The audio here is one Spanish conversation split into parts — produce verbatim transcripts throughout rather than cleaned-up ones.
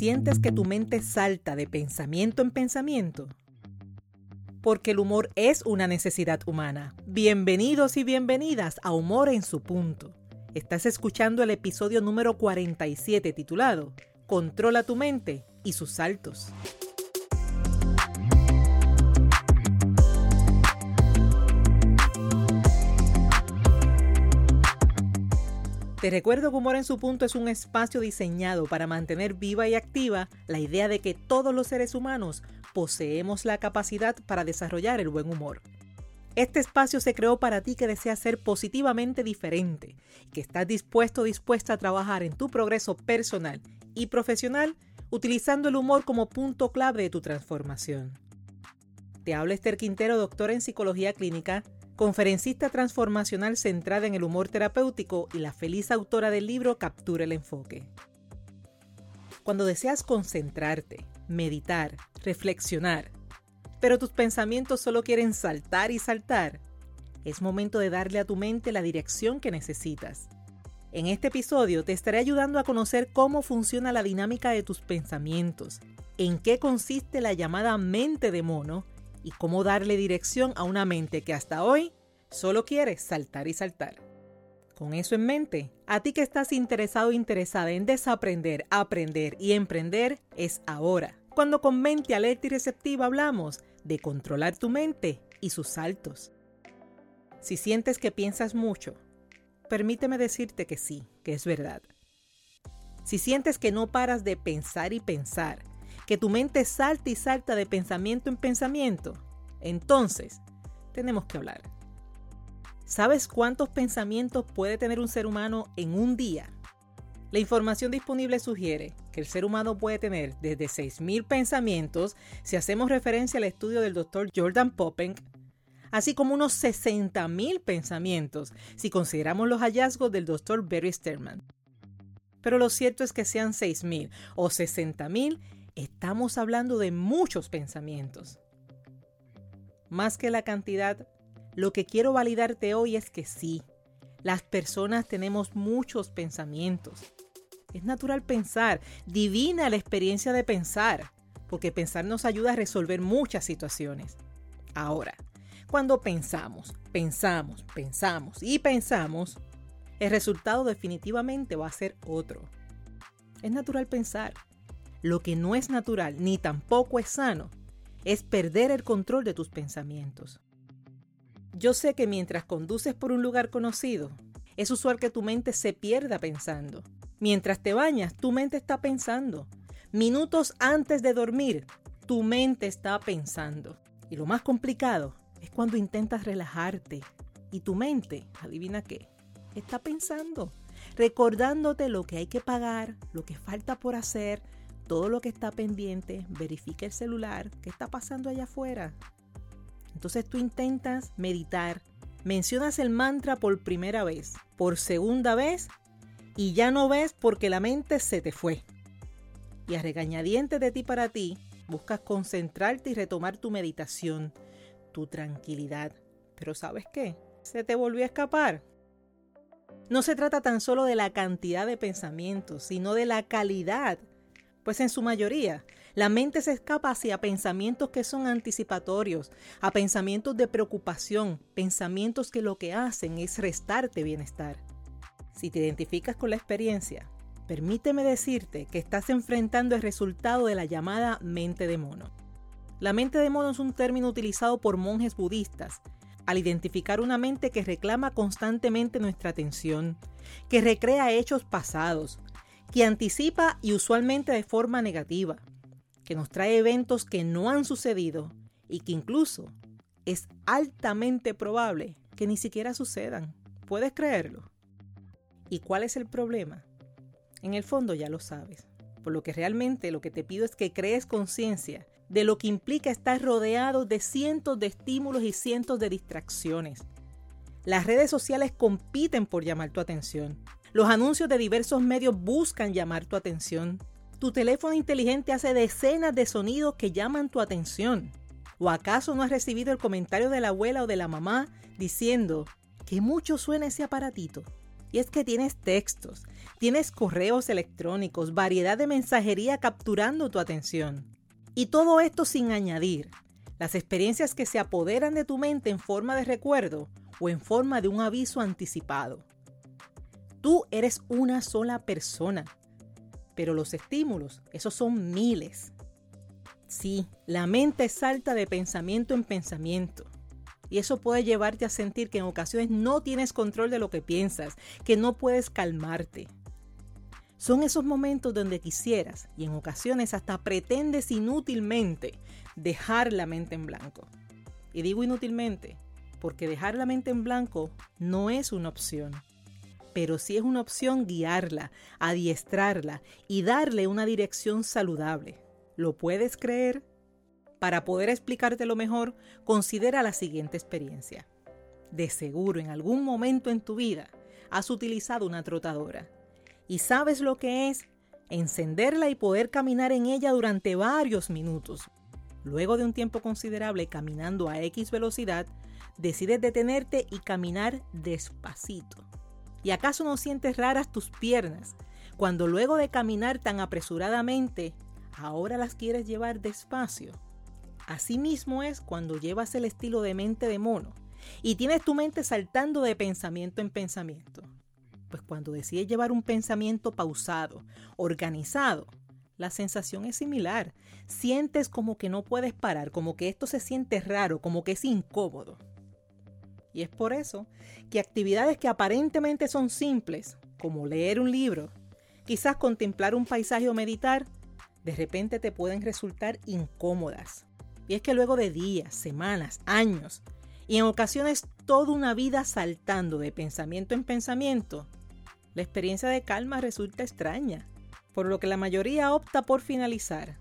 ¿Sientes que tu mente salta de pensamiento en pensamiento? Porque el humor es una necesidad humana. Bienvenidos y bienvenidas a Humor en su punto. Estás escuchando el episodio número cuarenta y siete titulado Controla tu mente y sus saltos. Te recuerdo que Humor en su punto es un espacio diseñado para mantener viva y activa la idea de que todos los seres humanos poseemos la capacidad para desarrollar el buen humor. Este espacio se creó para ti que deseas ser positivamente diferente y que estás dispuesto o dispuesta a trabajar en tu progreso personal y profesional utilizando el humor como punto clave de tu transformación. Te habla Esther Quintero, doctora en psicología clínica, conferencista transformacional centrada en el humor terapéutico y la feliz autora del libro Captura el enfoque. Cuando deseas concentrarte, meditar, reflexionar, pero tus pensamientos solo quieren saltar y saltar, es momento de darle a tu mente la dirección que necesitas. En este episodio te estaré ayudando a conocer cómo funciona la dinámica de tus pensamientos, en qué consiste la llamada mente de mono, y cómo darle dirección a una mente que hasta hoy solo quiere saltar y saltar. Con eso en mente, a ti que estás interesado o interesada en desaprender, aprender y emprender, es ahora, cuando con mente alerta y receptiva hablamos de controlar tu mente y sus saltos. Si sientes que piensas mucho, permíteme decirte que sí, que es verdad. Si sientes que no paras de pensar y pensar, que tu mente salta y salta de pensamiento en pensamiento, entonces tenemos que hablar. ¿Sabes cuántos pensamientos puede tener un ser humano en un día? La información disponible sugiere que el ser humano puede tener desde seis mil pensamientos, si hacemos referencia al estudio del doctor Jordan Popenk, así como unos sesenta mil pensamientos, si consideramos los hallazgos del doctor Barry Sterman. Pero lo cierto es que sean seis mil o sesenta mil, estamos hablando de muchos pensamientos. Más que la cantidad, lo que quiero validarte hoy es que sí, las personas tenemos muchos pensamientos. Es natural pensar, divina la experiencia de pensar, porque pensar nos ayuda a resolver muchas situaciones. Ahora, cuando pensamos, pensamos, pensamos y pensamos, el resultado definitivamente va a ser otro. Es natural pensar. Lo que no es natural ni tampoco es sano es perder el control de tus pensamientos. Yo sé que mientras conduces por un lugar conocido, es usual que tu mente se pierda pensando. Mientras te bañas, tu mente está pensando. Minutos antes de dormir, tu mente está pensando. Y lo más complicado es cuando intentas relajarte y tu mente, adivina qué, está pensando, recordándote lo que hay que pagar, lo que falta por hacer, todo lo que está pendiente. Verifica el celular, ¿qué está pasando allá afuera? Entonces tú intentas meditar, mencionas el mantra por primera vez, por segunda vez, y ya no ves porque la mente se te fue. Y a regañadientes de ti para ti, buscas concentrarte y retomar tu meditación, tu tranquilidad. Pero ¿sabes qué? Se te volvió a escapar. No se trata tan solo de la cantidad de pensamientos, sino de la calidad. Pues en su mayoría, la mente se escapa hacia pensamientos que son anticipatorios, a pensamientos de preocupación, pensamientos que lo que hacen es restarte bienestar. Si te identificas con la experiencia, permíteme decirte que estás enfrentando el resultado de la llamada mente de mono. La mente de mono es un término utilizado por monjes budistas al identificar una mente que reclama constantemente nuestra atención, que recrea hechos pasados, que anticipa y usualmente de forma negativa, que nos trae eventos que no han sucedido y que incluso es altamente probable que ni siquiera sucedan. ¿Puedes creerlo? ¿Y cuál es el problema? En el fondo ya lo sabes, por lo que realmente lo que te pido es que crees conciencia de lo que implica estar rodeado de cientos de estímulos y cientos de distracciones. Las redes sociales compiten por llamar tu atención. Los anuncios de diversos medios buscan llamar tu atención. Tu teléfono inteligente hace decenas de sonidos que llaman tu atención. ¿O acaso no has recibido el comentario de la abuela o de la mamá diciendo que mucho suena ese aparatito? Y es que tienes textos, tienes correos electrónicos, variedad de mensajería capturando tu atención. Y todo esto sin añadir las experiencias que se apoderan de tu mente en forma de recuerdo o en forma de un aviso anticipado. Tú eres una sola persona, pero los estímulos, esos son miles. Sí, la mente salta de pensamiento en pensamiento. Y eso puede llevarte a sentir que en ocasiones no tienes control de lo que piensas, que no puedes calmarte. Son esos momentos donde quisieras, y en ocasiones hasta pretendes inútilmente, dejar la mente en blanco. Y digo inútilmente, porque dejar la mente en blanco no es una opción. Pero sí es una opción guiarla, adiestrarla y darle una dirección saludable. ¿Lo puedes creer? Para poder explicártelo mejor, considera la siguiente experiencia. De seguro en algún momento en tu vida has utilizado una trotadora. ¿Y sabes lo que es? Encenderla y poder caminar en ella durante varios minutos. Luego de un tiempo considerable caminando a X velocidad, decides detenerte y caminar despacito. ¿Y acaso no sientes raras tus piernas cuando luego de caminar tan apresuradamente, ahora las quieres llevar despacio? Asimismo es cuando llevas el estilo de mente de mono y tienes tu mente saltando de pensamiento en pensamiento. Pues cuando decides llevar un pensamiento pausado, organizado, la sensación es similar. Sientes como que no puedes parar, como que esto se siente raro, como que es incómodo. Y es por eso que actividades que aparentemente son simples, como leer un libro, quizás contemplar un paisaje o meditar, de repente te pueden resultar incómodas. Y es que luego de días, semanas, años, y en ocasiones toda una vida saltando de pensamiento en pensamiento, la experiencia de calma resulta extraña, por lo que la mayoría opta por finalizar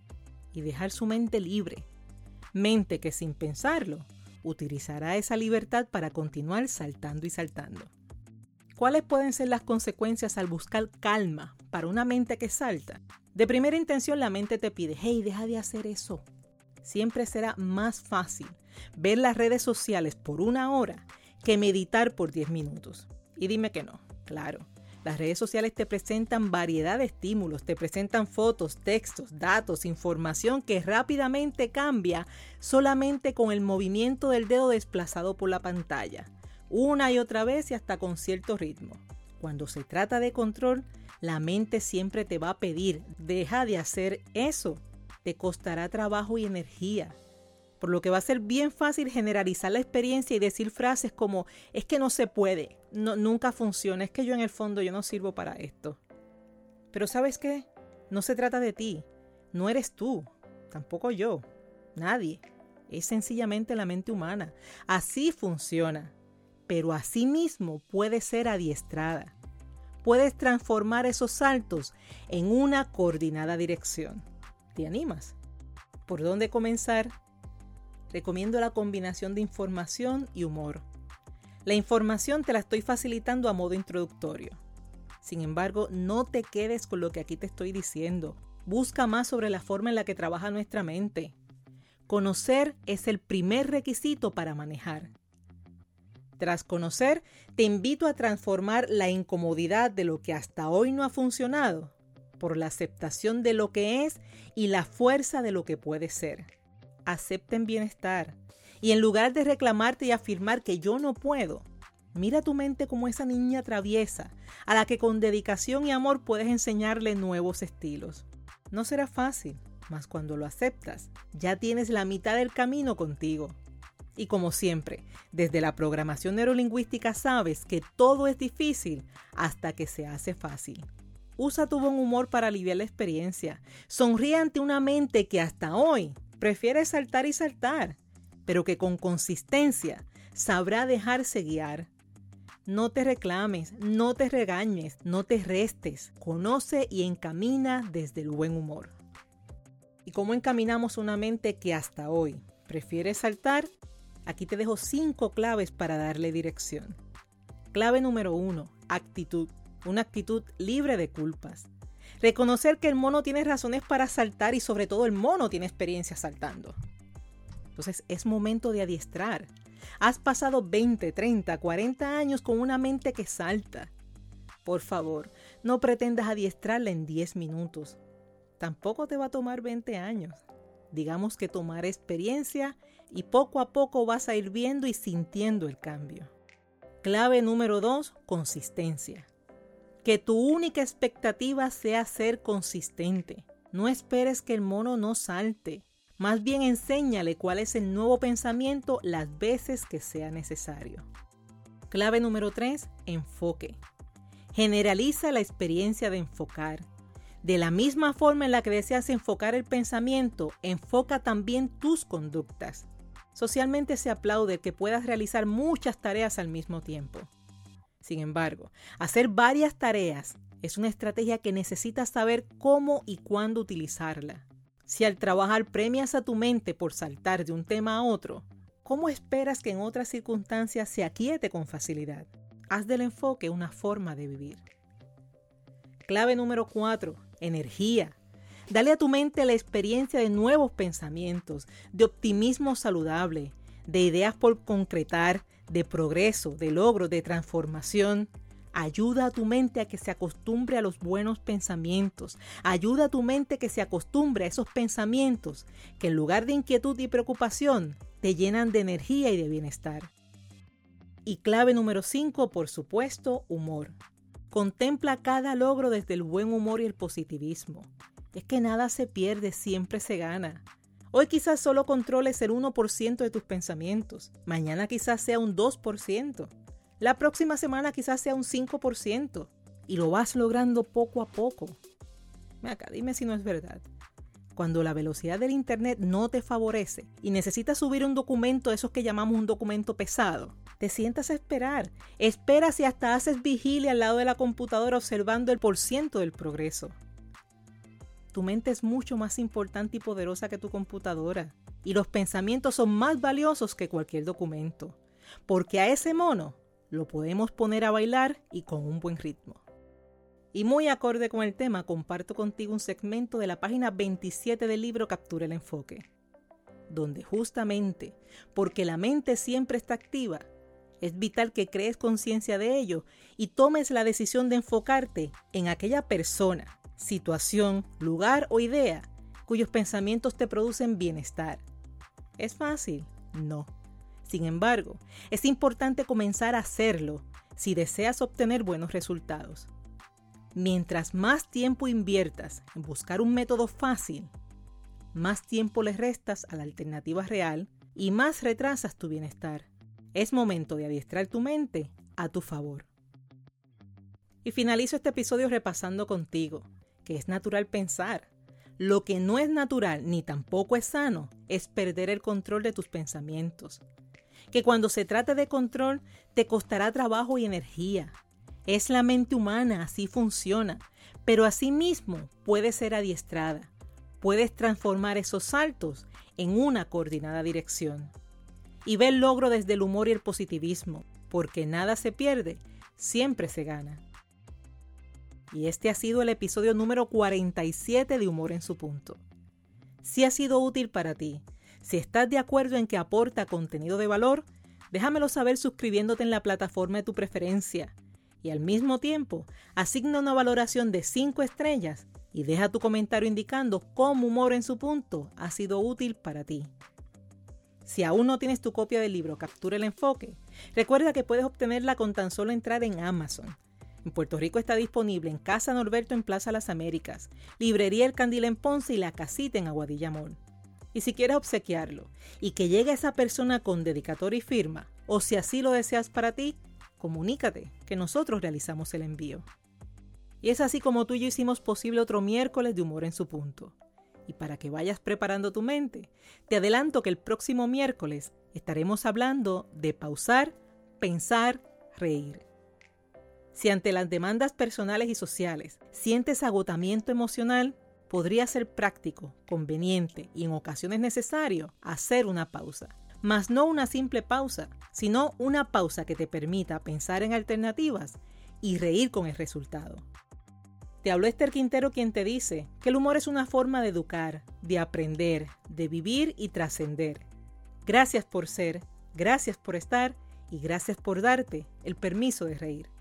y dejar su mente libre. Mente que sin pensarlo, utilizará esa libertad para continuar saltando y saltando. ¿Cuáles pueden ser las consecuencias al buscar calma para una mente que salta? De primera intención la mente te pide, hey, deja de hacer eso. Siempre será más fácil ver las redes sociales por una hora que meditar por diez minutos. Y dime que no, claro. Las redes sociales te presentan variedad de estímulos, te presentan fotos, textos, datos, información que rápidamente cambia solamente con el movimiento del dedo desplazado por la pantalla, una y otra vez y hasta con cierto ritmo. Cuando se trata de control, la mente siempre te va a pedir, deja de hacer eso. Te costará trabajo y energía, por lo que va a ser bien fácil generalizar la experiencia y decir frases como, es que no se puede, no, nunca funciona, es que yo en el fondo yo no sirvo para esto. Pero ¿sabes qué? No se trata de ti, no eres tú, tampoco yo, nadie. Es sencillamente la mente humana, así funciona, pero así mismo puede ser adiestrada. Puedes transformar esos saltos en una coordinada dirección. ¿Te animas? ¿Por dónde comenzar? Recomiendo la combinación de información y humor. La información te la estoy facilitando a modo introductorio. Sin embargo, no te quedes con lo que aquí te estoy diciendo. Busca más sobre la forma en la que trabaja nuestra mente. Conocer es el primer requisito para manejar. Tras conocer, te invito a transformar la incomodidad de lo que hasta hoy no ha funcionado por la aceptación de lo que es y la fuerza de lo que puede ser. Acepten bienestar. Y en lugar de reclamarte y afirmar que yo no puedo, mira tu mente como esa niña traviesa a la que con dedicación y amor puedes enseñarle nuevos estilos. No será fácil, mas cuando lo aceptas, ya tienes la mitad del camino contigo. Y como siempre, desde la programación neurolingüística sabes que todo es difícil hasta que se hace fácil. Usa tu buen humor para aliviar la experiencia. Sonríe ante una mente que hasta hoy prefiere saltar y saltar, pero que con consistencia sabrá dejarse guiar. No te reclames, no te regañes, no te restes. Conoce y encamina desde el buen humor. ¿Y cómo encaminamos una mente que hasta hoy prefiere saltar? Aquí te dejo cinco claves para darle dirección. Clave número uno, actitud. Una actitud libre de culpas. Reconocer que el mono tiene razones para saltar y sobre todo el mono tiene experiencia saltando. Entonces es momento de adiestrar. Has pasado veinte, treinta, cuarenta años con una mente que salta Por favor, no pretendas adiestrarla en diez minutos. Tampoco te va a tomar veinte años. Digamos que tomará experiencia y poco a poco vas a ir viendo y sintiendo el cambio. Clave número dos, consistencia. Que tu única expectativa sea ser consistente. No esperes que el mono no salte. Más bien enséñale cuál es el nuevo pensamiento las veces que sea necesario. Clave número tres, enfoque. Generaliza la experiencia de enfocar. De la misma forma en la que deseas enfocar el pensamiento, enfoca también tus conductas. Socialmente se aplaude que puedas realizar muchas tareas al mismo tiempo. Sin embargo, hacer varias tareas es una estrategia que necesitas saber cómo y cuándo utilizarla. Si al trabajar premias a tu mente por saltar de un tema a otro, ¿cómo esperas que en otras circunstancias se aquiete con facilidad? Haz del enfoque una forma de vivir. Clave número cuatro, energía. Dale a tu mente la experiencia de nuevos pensamientos, de optimismo saludable, de ideas por concretar, de progreso, de logro, de transformación. Ayuda a tu mente a que se acostumbre a los buenos pensamientos. Ayuda a tu mente a que se acostumbre a esos pensamientos que en lugar de inquietud y preocupación te llenan de energía y de bienestar. Y clave número cinco, por supuesto, humor. Contempla cada logro desde el buen humor y el positivismo. Es que nada se pierde, siempre se gana. Hoy quizás solo controles el uno por ciento de tus pensamientos. Mañana quizás sea un dos por ciento. La próxima semana quizás sea un cinco por ciento. Y lo vas logrando poco a poco. Ven acá, dime si no es verdad. Cuando la velocidad del internet no te favorece y necesitas subir un documento, esos que llamamos un documento pesado, te sientas a esperar. Esperas y hasta haces vigilia al lado de la computadora observando el porciento del progreso. Tu mente es mucho más importante y poderosa que tu computadora. Y los pensamientos son más valiosos que cualquier documento. Porque a ese mono lo podemos poner a bailar y con un buen ritmo. Y muy acorde con el tema, comparto contigo un segmento de la página veintisiete del libro Captura el Enfoque. Donde justamente, porque la mente siempre está activa, es vital que crees conciencia de ello y tomes la decisión de enfocarte en aquella persona, situación, lugar o idea cuyos pensamientos te producen bienestar. ¿Es fácil? No. Sin embargo, es importante comenzar a hacerlo si deseas obtener buenos resultados. Mientras más tiempo inviertas en buscar un método fácil, más tiempo le restas a la alternativa real y más retrasas tu bienestar. Es momento de adiestrar tu mente a tu favor. Y finalizo este episodio repasando contigo que es natural pensar. Lo que no es natural ni tampoco es sano es perder el control de tus pensamientos. Que cuando se trate de control te costará trabajo y energía. Es la mente humana, así funciona, pero asimismo puede ser adiestrada. Puedes transformar esos saltos en una coordinada dirección. Y ve el logro desde el humor y el positivismo, porque nada se pierde, siempre se gana. Y este ha sido el episodio número cuarenta y siete de Humor en su Punto. Si ha sido útil para ti, si estás de acuerdo en que aporta contenido de valor, déjamelo saber suscribiéndote en la plataforma de tu preferencia. Y al mismo tiempo, asigna una valoración de cinco estrellas y deja tu comentario indicando cómo Humor en su Punto ha sido útil para ti. Si aún no tienes tu copia del libro Captura el Enfoque, recuerda que puedes obtenerla con tan solo entrar en Amazon. En Puerto Rico está disponible en Casa Norberto en Plaza Las Américas, Librería El Candil en Ponce y La Casita en Aguadilla Mall. Y si quieres obsequiarlo y que llegue a esa persona con dedicatoria y firma, o si así lo deseas para ti, comunícate que nosotros realizamos el envío. Y es así como tú y yo hicimos posible otro miércoles de Humor en su Punto. Y para que vayas preparando tu mente, te adelanto que el próximo miércoles estaremos hablando de pausar, pensar, reír. Si ante las demandas personales y sociales sientes agotamiento emocional, podría ser práctico, conveniente y en ocasiones necesario hacer una pausa. Mas no una simple pausa, sino una pausa que te permita pensar en alternativas y reír con el resultado. Te habló Esther Quintero, quien te dice que el humor es una forma de educar, de aprender, de vivir y trascender. Gracias por ser, gracias por estar y gracias por darte el permiso de reír.